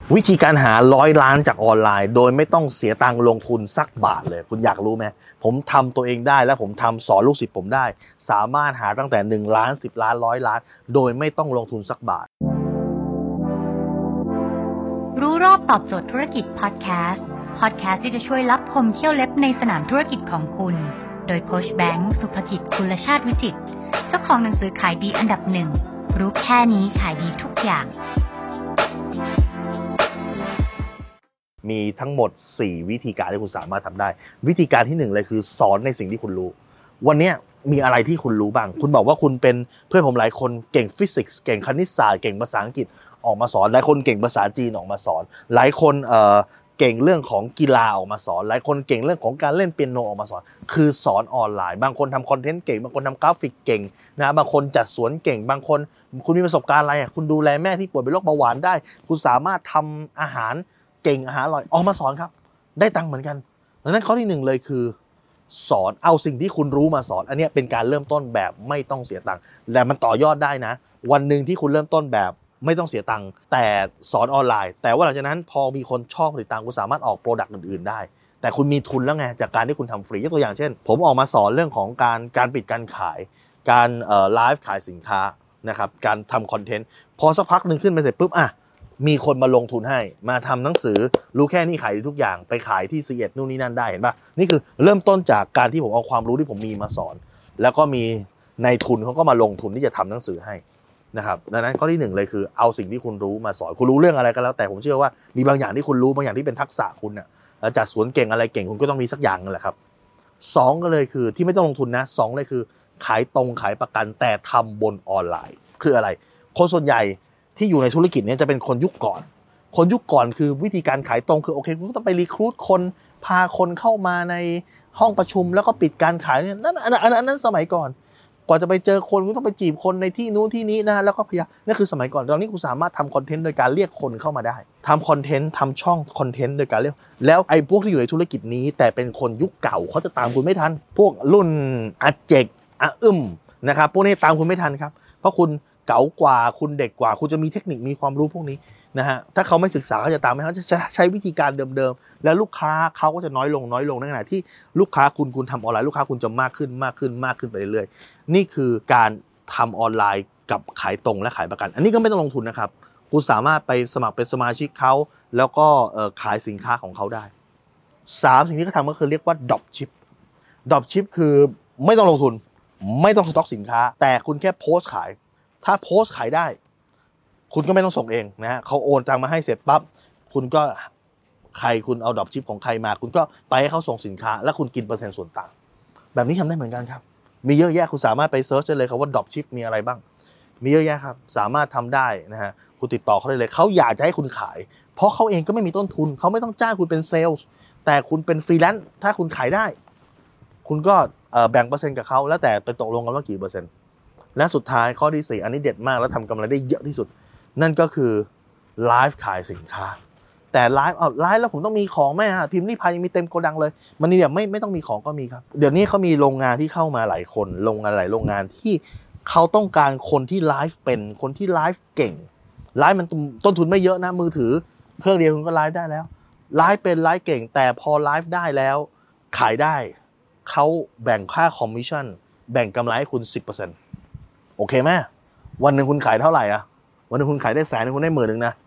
วิธีการหา100 ล้านจากออนไลน์โดยไม่ต้องเสียตังค์ลงทุนสักบาทเลยคุณอยากรู้ไหมผมทำตัวเองได้และผมทำสอนลูกศิษย์ผมได้สามารถหาตั้งแต่1 ล้าน10 ล้าน100 ล้านโดยไม่ต้องลงทุนสักบาทรู้รอบตอบโจทย์ธุรกิจพอดแคสต์ที่จะช่วยลับคมเที่ยวเล็บในสนามธุรกิจของคุณโดยโค้ชแบงค์สุภกิจกุลชาติวิจิตรเจ้าของหนังสือขายดีอันดับ1รู้แค่นี้ขายดีทุกอย่างมีทั้งหมด4วิธีการที่คุณสามารถทำได้วิธีการที่1เลยคือสอนในสิ่งที่คุณรู้วันนี้มีอะไรที่คุณรู้บ้างคุณบอกว่าคุณเป็นเพื่อนผมหลายคนเก่งฟิสิกส์เก่งคณิตศาสตร์เก่งภาษาอังกฤษออกมาสอนหลายคนเก่งภาษาจีนออกมาสอนหลายคนเก่งเรื่องของกีฬาออกมาสอนหลายคนเก่งเรื่องของการเล่นเปียโนออกมาสอนคือสอนออนไลน์บางคนทำคอนเทนต์เก่งบางคนทำกราฟิกเก่งนะบางคนจัดสวนเก่งบางคนคุณมีประสบการณ์อะไรคุณดูแลแม่ที่ป่วยเป็นโรคเบาหวานได้คุณสามารถทำอาหารเก่งอาหารอร่อยออกมาสอนครับได้ตังค์เหมือนกันดังนั้นข้อที่1เลยคือสอนเอาสิ่งที่คุณรู้มาสอนอันนี้เป็นการเริ่มต้นแบบไม่ต้องเสียตังค์แต่มันต่อยอดได้นะวันนึงที่คุณเริ่มต้นแบบไม่ต้องเสียตังค์แต่สอนออนไลน์แต่ว่าหลังจากนั้นพอมีคนชอบติดตามคุณสามารถออกโปรดักต์อื่นๆได้แต่คุณมีทุนแล้วไงจากการที่คุณทำฟรียกตัวอย่างเช่นผมออกมาสอนเรื่องของการปิดการขายการไลฟ์ขายสินค้านะครับการทำคอนเทนต์พอสักพักนึงขึ้นไปเสร็จปุ๊บมีคนมาลงทุนให้มาทำหนังสือรู้แค่นี้ขายทุกอย่างไปขายที่ซีเอ็ดนู่นนี่นั่นได้เห็นป่ะนี่คือเริ่มต้นจากการที่ผมเอาความรู้ที่ผมมีมาสอนแล้วก็มีนายทุนเขาก็มาลงทุนที่จะทำหนังสือให้นะครับดังนั้นข้อที่1เลยคือเอาสิ่งที่คุณรู้มาสอนคุณรู้เรื่องอะไรก็แล้วแต่ผมเชื่อว่ามีบางอย่างที่คุณรู้บางอย่างที่เป็นทักษะคุณน่ะจัดสวนเก่งอะไรเก่งคุณก็ต้องมีสักอย่างนั่นแหละครับ2ก็เลยคือที่ไม่ต้องลงทุนนะ2เลยคือขายตรงขายประกันแต่ทำบนออนไลน์คืออะไรคนส่วนใหญ่ที่อยู่ในธุรกิจนี้จะเป็นคนยุคก่อนคือวิธีการขายตรงคือโอเคคุณต้องไปรีครูทคนพาคนเข้ามาในห้องประชุมแล้วก็ปิดการขายเนี่ยนั้นสมัยก่อนกว่าจะไปเจอคนคุณต้องไปจีบคนในที่นู้นที่นี้นะแล้วก็พยายามนั่นคือสมัยก่อนตอนนี้คุณสามารถทำคอนเทนต์โดยการเรียกคนเข้ามาได้ทำคอนเทนต์ทำช่องคอนเทนต์โดยการเรียกแล้วไอ้พวกที่อยู่ในธุรกิจนี้แต่เป็นคนยุคเก่าเขาจะตามคุณไม่ทันพวกรุ่นอาเจกนะครับพวกนี้ตามคุณไม่ทันครับเพราะคุณเก๋ากว่าคุณเด็กกว่าคุณจะมีเทคนิคมีความรู้พวกนี้นะฮะถ้าเขาไม่ศึกษาเขาจะตามไม่ทันจะใช้วิธีการเดิมๆแล้วลูกค้าเขาก็จะน้อยลงในขณะที่ลูกค้าคุณทำออนไลน์ลูกค้าคุณจะมากขึ้นไปเรื่อยๆนี่คือการทำออนไลน์กับขายตรงและขายประกันอันนี้ก็ไม่ต้องลงทุนนะครับคุณสามารถไปสมัครเป็นสมาชิกเขาแล้วก็ขายสินค้าของเขาได้3สิ่งที่เขาทำก็คือเรียกว่า Dropship คือไม่ต้องลงทุนไม่ต้องสต็อกสินค้าแต่คุณแค่โพสต์ขายถ้าโพสต์ขายได้คุณก็ไม่ต้องส่งเองนะฮะเขาโอนตังมาให้เสร็จปั๊บคุณก็คุณเอาดรอปชิปของใครมาคุณก็ไปให้เขาส่งสินค้าแล้วคุณกินเปอร์เซ็นต์ส่วนต่างแบบนี้ทำได้เหมือนกันครับมีเยอะแยะคุณสามารถไปเซิร์ชได้เลยครับว่าดรอปชิปมีอะไรบ้างมีเยอะแยะครับสามารถทำได้นะฮะคุณติดต่อเขาได้เลยเขาอยากจะให้คุณขายเพราะเขาเองก็ไม่มีต้นทุนเขาไม่ต้องจ้างคุณเป็นเซลส์แต่คุณเป็นฟรีแลนซ์ถ้าคุณขายได้คุณก็แบ่งเปอร์เซ็นต์กับเขาแล้วแต่ไปตกลงกันว่ากี่เปอร์เซ็นต์และสุดท้ายข้อที่4อันนี้เด็ดมากแล้วทำกำไรได้เยอะที่สุดนั่นก็คือไลฟ์ขายสินค้าแต่ไลฟ์แล้วผมต้องมีของไหมฮะพิมพ์รีพายยังมีเต็มโกดังเลยมันนี่แบบไม่ต้องมีของก็มีครับเดี๋ยวนี้เขามีโรงงานที่เข้ามาหลายคนโรงงานที่เขาต้องการคนที่ไลฟ์เป็นคนที่ไลฟ์เก่งไลฟ์มันต้นทุนไม่เยอะนะมือถือเครื่องเดียวคุณก็ไลฟ์ได้แล้วไลฟ์เป็นไลฟ์เก่งแต่พอไลฟ์ได้แล้วขายได้เขาแบ่งค่าคอมมิชชั่นแบ่งกำไรให้คุณ 10% โอเคไหมวันนึงคุณขายเท่าไหร่วันนึงคุณขายได้100,000คุณได้10,000นะ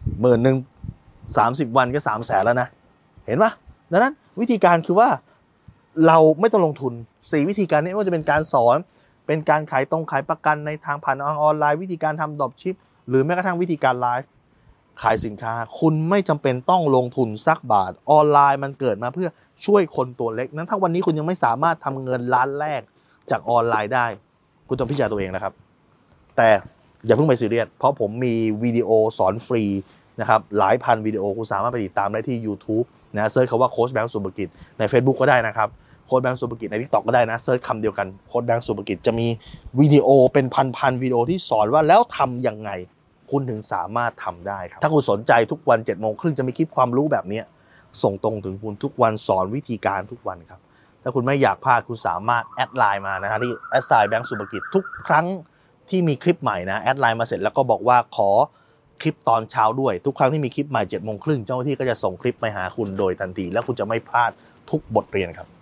10,000 30 วันก็300,000แล้วนะเห็นปะดังนั้นวิธีการคือว่าเราไม่ต้องลงทุน4วิธีการนี้ว่าจะเป็นการสอนเป็นการขายตรงขายประกันในทางผ่านออนไลน์วิธีการทำดรอปชิปหรือแม้กระทั่งวิธีการไลฟ์ขายสินค้าคุณไม่จำเป็นต้องลงทุนสักบาทออนไลน์มันเกิดมาเพื่อช่วยคนตัวเล็กนั้นถ้าวันนี้คุณยังไม่สามารถทำเงินล้านแรกจากออนไลน์ได้คุณต้องพิจารณาตัวเองนะครับแต่อย่าเพิ่งไปซีเรียสเพราะผมมีวิดีโอสอนฟรีนะครับหลายพันวิดีโอคุณสามารถไปติดตามได้ที่ YouTube นะเซิร์ชคำว่าโค้ชแบงค์สุภกิจใน Facebook ก็ได้นะครับโค้ชแบงค์สุภกิจใน TikTok ก็ได้นะเซิร์ชคำเดียวกันโค้ชแบงค์สุภกิจจะมีวิดีโอเป็นพันวิดีโอที่สอนว่าแล้วทำยังไงคุณถึงสามารถทำได้ครับถ้าคุณสนใจทุกวัน 7:30 จะมีคลิปความรู้แบบนี้ส่งตรงถึงคุณทุกวันสอนวิธีการทุกวันครับถ้าคุณไม่อยากพลาดคุณสามารถแอดไลน์มานะฮะที่แบงค์สุภกิจทุกครั้งที่มีคลิปใหม่นะแอดไลน์มาเสร็จแล้วก็บอกว่าขอคลิปตอนเช้าด้วยทุกครั้งที่มีคลิปใหม่ 7:30 นเจ้าหน้าที่ก็จะส่งคลิปไปหาคุณโดยทันทีแล้วคุณจะไม่พลาดทุกบทเรียนครับ